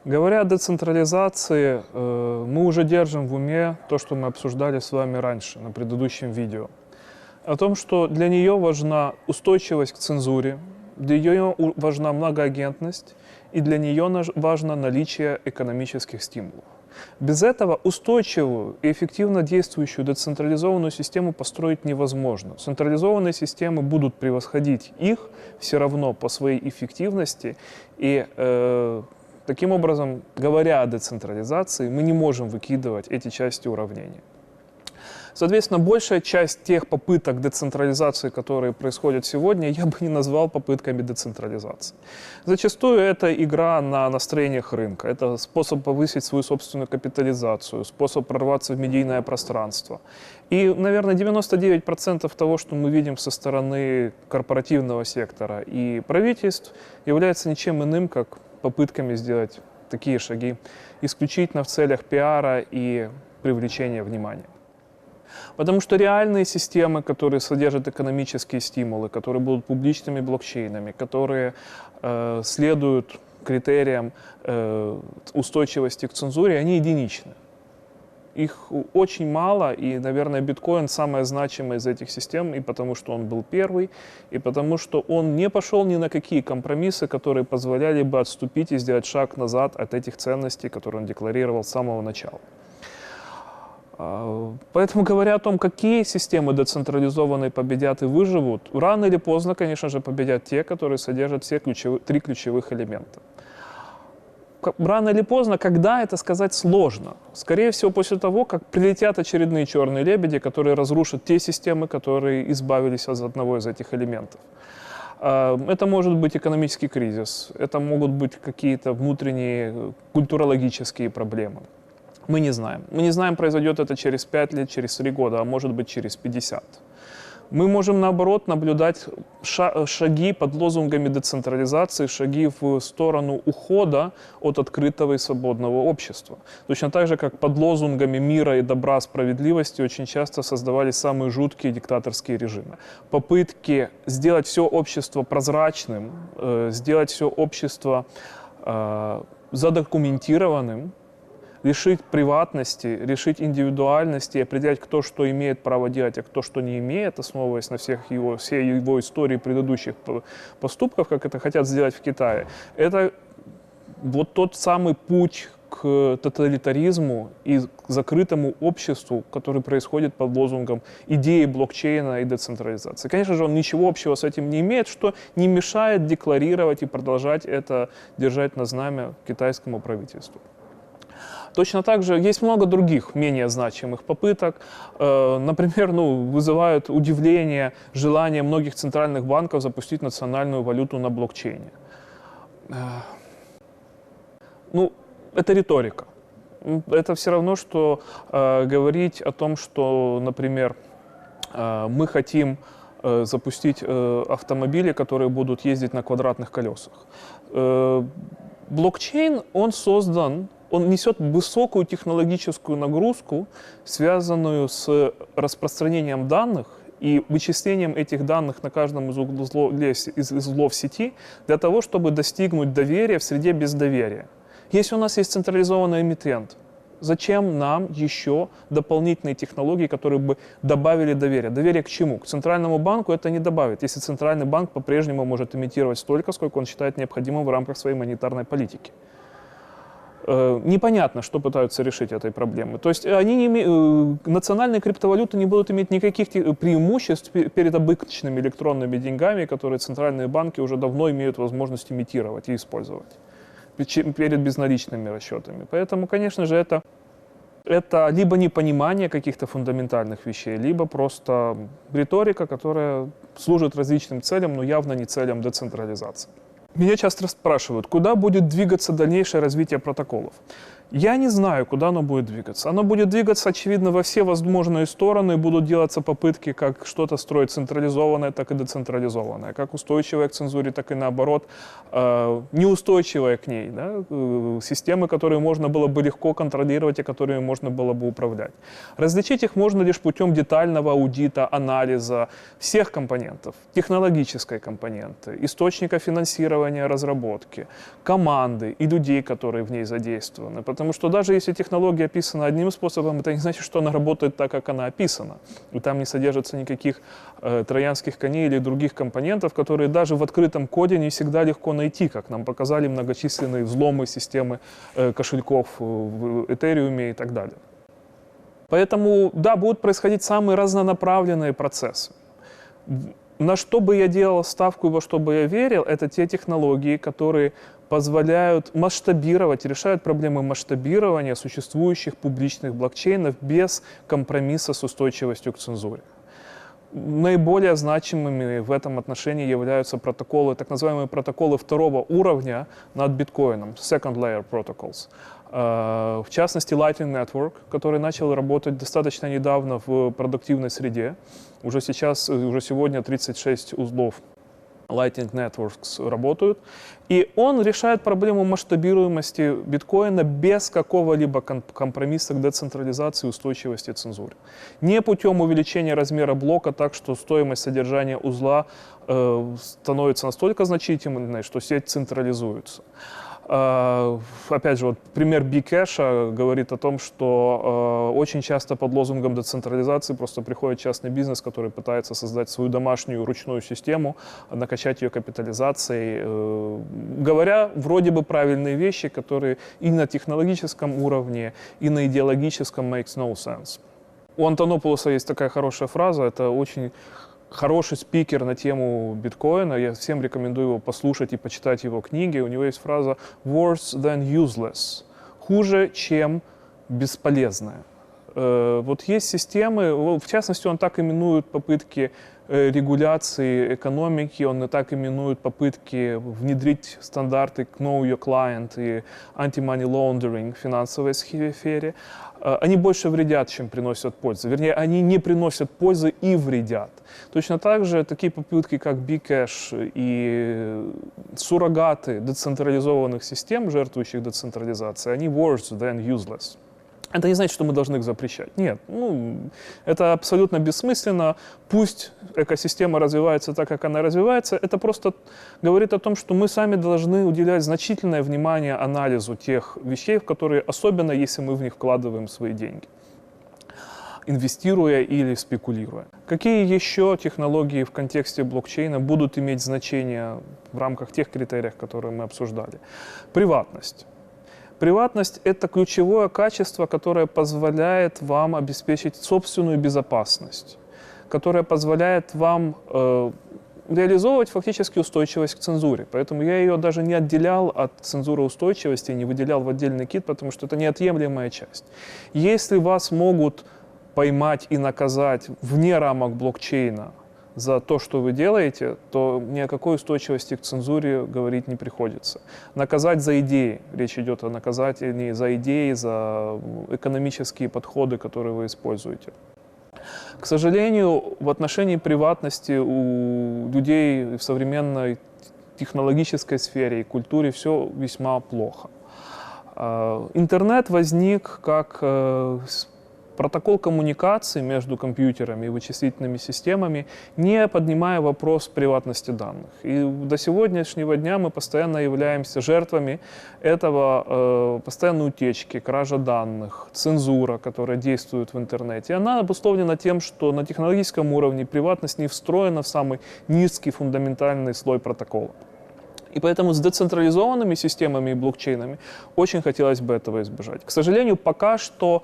Говоря о децентрализации, мы уже держим в уме то, что мы обсуждали с вами раньше, на предыдущем видео. О том, что для нее важна устойчивость к цензуре, для нее важна многоагентность, и для нее важно наличие экономических стимулов. Без этого устойчивую и эффективно действующую децентрализованную систему построить невозможно. Централизованные системы будут превосходить их все равно по своей эффективности. И таким образом, говоря о децентрализации, мы не можем выкидывать эти части уравнения. Соответственно, большая часть тех попыток децентрализации, которые происходят сегодня, я бы не назвал попытками децентрализации. Зачастую это игра на настроениях рынка, это способ повысить свою собственную капитализацию, способ прорваться в медийное пространство. И, наверное, 99% того, что мы видим со стороны корпоративного сектора и правительств, является ничем иным, как попытками сделать такие шаги исключительно в целях пиара и привлечения внимания. Потому что реальные системы, которые содержат экономические стимулы, которые будут публичными блокчейнами, которые следуют критериям устойчивости к цензуре, они единичны. Их очень мало, и, наверное, биткоин самая значимая из этих систем, и потому что он был первый, и потому что он не пошел ни на какие компромиссы, которые позволяли бы отступить и сделать шаг назад от этих ценностей, которые он декларировал с самого начала. Поэтому, говоря о том, какие системы децентрализованные победят и выживут, рано или поздно, конечно же, победят те, которые содержат все три ключевых элемента. Рано или поздно, когда это сказать сложно. Скорее всего, после того, как прилетят очередные черные лебеди, которые разрушат те системы, которые избавились от одного из этих элементов. Это может быть экономический кризис, это могут быть какие-то внутренние культурологические проблемы. Мы не знаем. Мы не знаем, произойдет это через 5 лет, через 3 года, а может быть через 50. Мы можем, наоборот, наблюдать шаги под лозунгами децентрализации, шаги в сторону ухода от открытого и свободного общества. Точно так же, как под лозунгами мира и добра, справедливости очень часто создавались самые жуткие диктаторские режимы. Попытки сделать все общество прозрачным, сделать все общество задокументированным, лишить приватности, решить индивидуальности, определять, кто что имеет право делать, а кто что не имеет, основываясь на всей его истории предыдущих поступков, как это хотят сделать в Китае. Это вот тот самый путь к тоталитаризму и к закрытому обществу, который происходит под лозунгом идеи блокчейна и децентрализации. Конечно же, он ничего общего с этим не имеет, что не мешает декларировать и продолжать это держать на знамя китайскому правительству. Точно так же есть много других менее значимых попыток. Например, вызывают удивление желание многих центральных банков запустить национальную валюту на блокчейне. Это риторика. Это все равно, что говорить о том, что, например, мы хотим запустить автомобили, которые будут ездить на квадратных колесах. Блокчейн, он несет высокую технологическую нагрузку, связанную с распространением данных и вычислением этих данных на каждом из узлов сети для того, чтобы достигнуть доверия в среде без доверия. Если у нас есть централизованный эмитент, зачем нам еще дополнительные технологии, которые бы добавили доверие? Доверие к чему? К центральному банку это не добавит, если центральный банк по-прежнему может имитировать столько, сколько он считает необходимым в рамках своей монетарной политики. Непонятно, что пытаются решить этой проблемы. То есть национальные криптовалюты не будут иметь никаких преимуществ перед обычными электронными деньгами, которые центральные банки уже давно имеют возможность имитировать и использовать перед безналичными расчетами. Поэтому, конечно же, это либо непонимание каких-то фундаментальных вещей, либо просто риторика, которая служит различным целям, но явно не целям децентрализации. Меня часто спрашивают, куда будет двигаться дальнейшее развитие протоколов. Я не знаю, куда оно будет двигаться. Оно будет двигаться, очевидно, во все возможные стороны. Будут делаться попытки как что-то строить централизованное, так и децентрализованное. Как устойчивое к цензуре, так и наоборот, неустойчивое к ней. Да? Системы, которые можно было бы легко контролировать и которыми можно было бы управлять. Различить их можно лишь путем детального аудита, анализа всех компонентов. Технологической компоненты, источника финансирования разработки, команды и людей, которые в ней задействованы. Потому что даже если технология описана одним способом, это не значит, что она работает так, как она описана. И там не содержится никаких троянских коней или других компонентов, которые даже в открытом коде не всегда легко найти, как нам показали многочисленные взломы системы кошельков в Ethereum и так далее. Поэтому, да, будут происходить самые разнонаправленные процессы. На что бы я делал ставку и во что бы я верил, это те технологии, которые позволяют масштабировать, решают проблемы масштабирования существующих публичных блокчейнов без компромисса с устойчивостью к цензуре. Наиболее значимыми в этом отношении являются протоколы, так называемые протоколы второго уровня над биткоином, second layer protocols. В частности, Lightning Network, который начал работать достаточно недавно в продуктивной среде. Уже сегодня 36 узлов Lightning Networks работают. И он решает проблему масштабируемости биткоина без какого-либо компромисса к децентрализации, устойчивости и цензуре. Не путем увеличения размера блока так, что стоимость содержания узла становится настолько значительной, что сеть централизуется. Опять же, вот пример Bcash говорит о том, что очень часто под лозунгом децентрализации просто приходит частный бизнес, который пытается создать свою домашнюю ручную систему, накачать ее капитализацией, говоря вроде бы правильные вещи, которые и на технологическом уровне, и на идеологическом makes no sense. У Антонополуса есть такая хорошая фраза, это очень хороший спикер на тему биткоина, я всем рекомендую его послушать и почитать его книги. У него есть фраза «worse than useless», хуже, чем бесполезное. Вот есть системы, в частности, он так именует попытки регуляции экономики, он и так именует попытки внедрить стандарты Know Your Client и anti-money laundering в финансовой сфере. Они больше вредят, чем приносят пользу. Вернее, они не приносят пользы и вредят. Точно так же такие попытки, как Bcash и суррогаты децентрализованных систем, жертвующих децентрализацией, они worse than useless. Это не значит, что мы должны их запрещать. Нет, это абсолютно бессмысленно. Пусть экосистема развивается так, как она развивается. Это просто говорит о том, что мы сами должны уделять значительное внимание анализу тех вещей, в которые, особенно если мы в них вкладываем свои деньги, инвестируя или спекулируя. Какие еще технологии в контексте блокчейна будут иметь значение в рамках тех критериев, которые мы обсуждали? Приватность. Приватность – это ключевое качество, которое позволяет вам обеспечить собственную безопасность, которое позволяет вам реализовывать фактически устойчивость к цензуре. Поэтому я ее даже не отделял от цензуры устойчивости, не выделял в отдельный кит, потому что это неотъемлемая часть. Если вас могут поймать и наказать вне рамок блокчейна за то, что вы делаете, то ни о какой устойчивости к цензуре говорить не приходится. Наказать за идеи. Речь идет о наказании за идеи, за экономические подходы, которые вы используете. К сожалению, в отношении приватности у людей в современной технологической сфере и культуре все весьма плохо. Интернет возник как протокол коммуникации между компьютерами и вычислительными системами, не поднимая вопрос приватности данных. И до сегодняшнего дня мы постоянно являемся жертвами этого, постоянной утечки, кража данных, цензура, которая действует в интернете. И она обусловлена тем, что на технологическом уровне приватность не встроена в самый низкий фундаментальный слой протокола. И поэтому с децентрализованными системами и блокчейнами очень хотелось бы этого избежать. К сожалению, пока что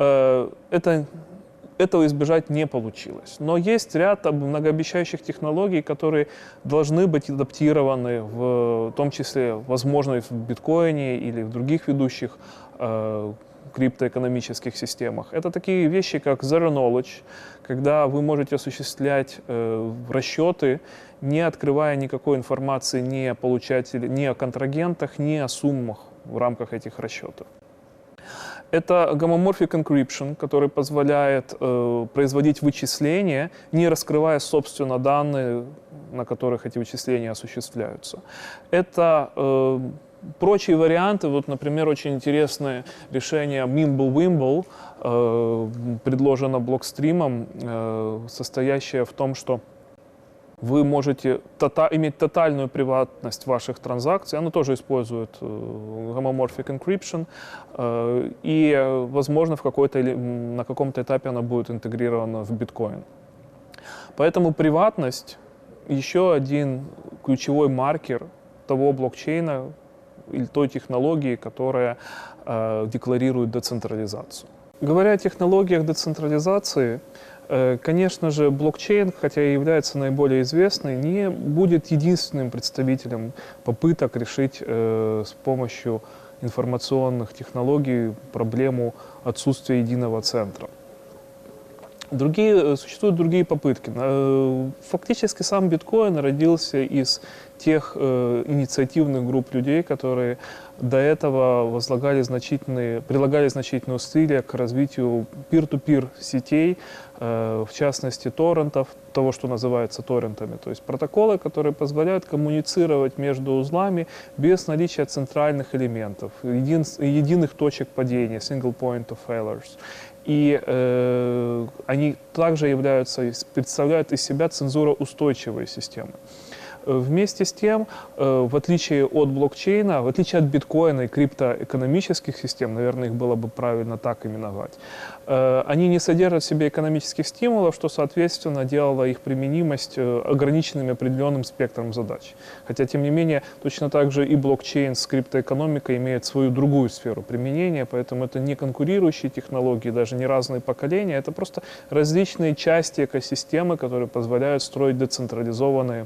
этого избежать не получилось. Но есть ряд многообещающих технологий, которые должны быть адаптированы, в том числе, возможно, в биткоине или в других ведущих криптоэкономических системах. Это такие вещи, как Zero Knowledge, когда вы можете осуществлять расчеты, не открывая никакой информации ни о получателе, ни о контрагентах, ни о суммах в рамках этих расчетов. Это гомоморфик encryption, который позволяет производить вычисления, не раскрывая, собственно, данные, на которых эти вычисления осуществляются. Это прочие варианты, вот, например, очень интересное решение Mimble-Wimble, предложено блокстримом, состоящее в том, что вы можете иметь тотальную приватность ваших транзакций. Оно тоже использует homomorphic encryption. И, возможно, на каком-то этапе оно будет интегрировано в биткоин. Поэтому приватность — еще один ключевой маркер того блокчейна или той технологии, которая декларирует децентрализацию. Говоря о технологиях децентрализации, конечно же, блокчейн, хотя и является наиболее известной, не будет единственным представителем попыток решить с помощью информационных технологий проблему отсутствия единого центра. Существуют другие попытки. Фактически сам биткоин родился из тех инициативных групп людей, которые до этого прилагали значительные усилия к развитию peer-to-peer сетей, в частности торрентов, того, что называется торрентами, то есть протоколы, которые позволяют коммуницировать между узлами без наличия центральных элементов, единых точек падения, single point of failures. И они также представляют из себя цензуроустойчивые системы. Вместе с тем, в отличие от блокчейна, в отличие от биткоина и криптоэкономических систем, наверное, их было бы правильно так именовать, они не содержат в себе экономических стимулов, что, соответственно, делало их применимость ограниченными определенным спектром задач. Хотя, тем не менее, точно так же и блокчейн с криптоэкономикой имеет свою другую сферу применения, поэтому это не конкурирующие технологии, даже не разные поколения, это просто различные части экосистемы, которые позволяют строить децентрализованные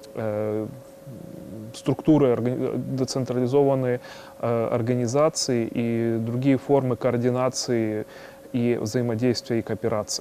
структуры, децентрализованные организации и другие формы координации и взаимодействия и кооперации.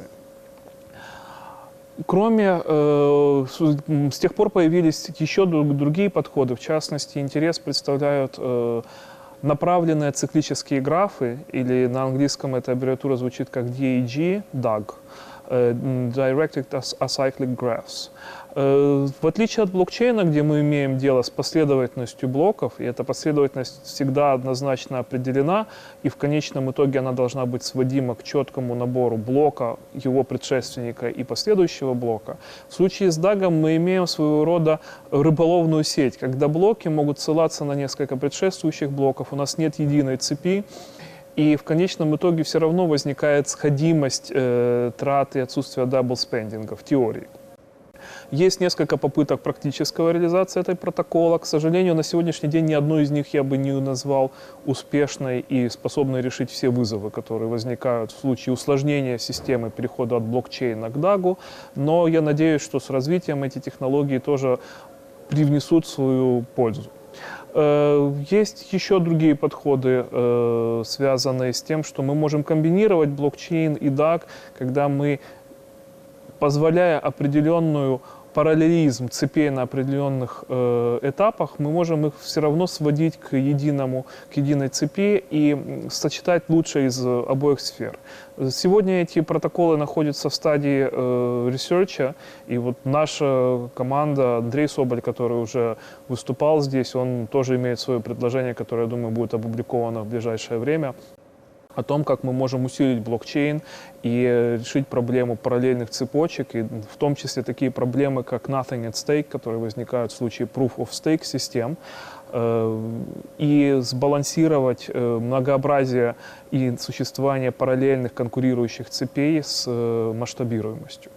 С тех пор появились еще другие подходы, в частности, интерес представляют направленные циклические графы, или на английском эта аббревиатура звучит как DAG, DAG, Directed Acyclic Graphs. В отличие от блокчейна, где мы имеем дело с последовательностью блоков, и эта последовательность всегда однозначно определена, и в конечном итоге она должна быть сводима к четкому набору блока, его предшественника и последующего блока, в случае с DAG мы имеем своего рода рыболовную сеть, когда блоки могут ссылаться на несколько предшествующих блоков, у нас нет единой цепи, и в конечном итоге все равно возникает сходимость трат и отсутствие даблспендинга в теории. Есть несколько попыток практической реализации этой протокола. К сожалению, на сегодняшний день ни одной из них я бы не назвал успешной и способной решить все вызовы, которые возникают в случае усложнения системы перехода от блокчейна к DAG. Но я надеюсь, что с развитием эти технологии тоже привнесут свою пользу. Есть еще другие подходы, связанные с тем, что мы можем комбинировать блокчейн и DAG, когда мы, позволяя определенную параллелизм цепей на определенных этапах, мы можем их все равно сводить к единой цепи и сочетать лучшее из обоих сфер. Сегодня эти протоколы находятся в стадии ресерча, и вот наша команда, Андрей Соболь, который уже выступал здесь, он тоже имеет свое предложение, которое, я думаю, будет опубликовано в ближайшее время, о том, как мы можем усилить блокчейн и решить проблему параллельных цепочек, и в том числе такие проблемы, как nothing at stake, которые возникают в случае proof of stake систем, и сбалансировать многообразие и существование параллельных конкурирующих цепей с масштабируемостью.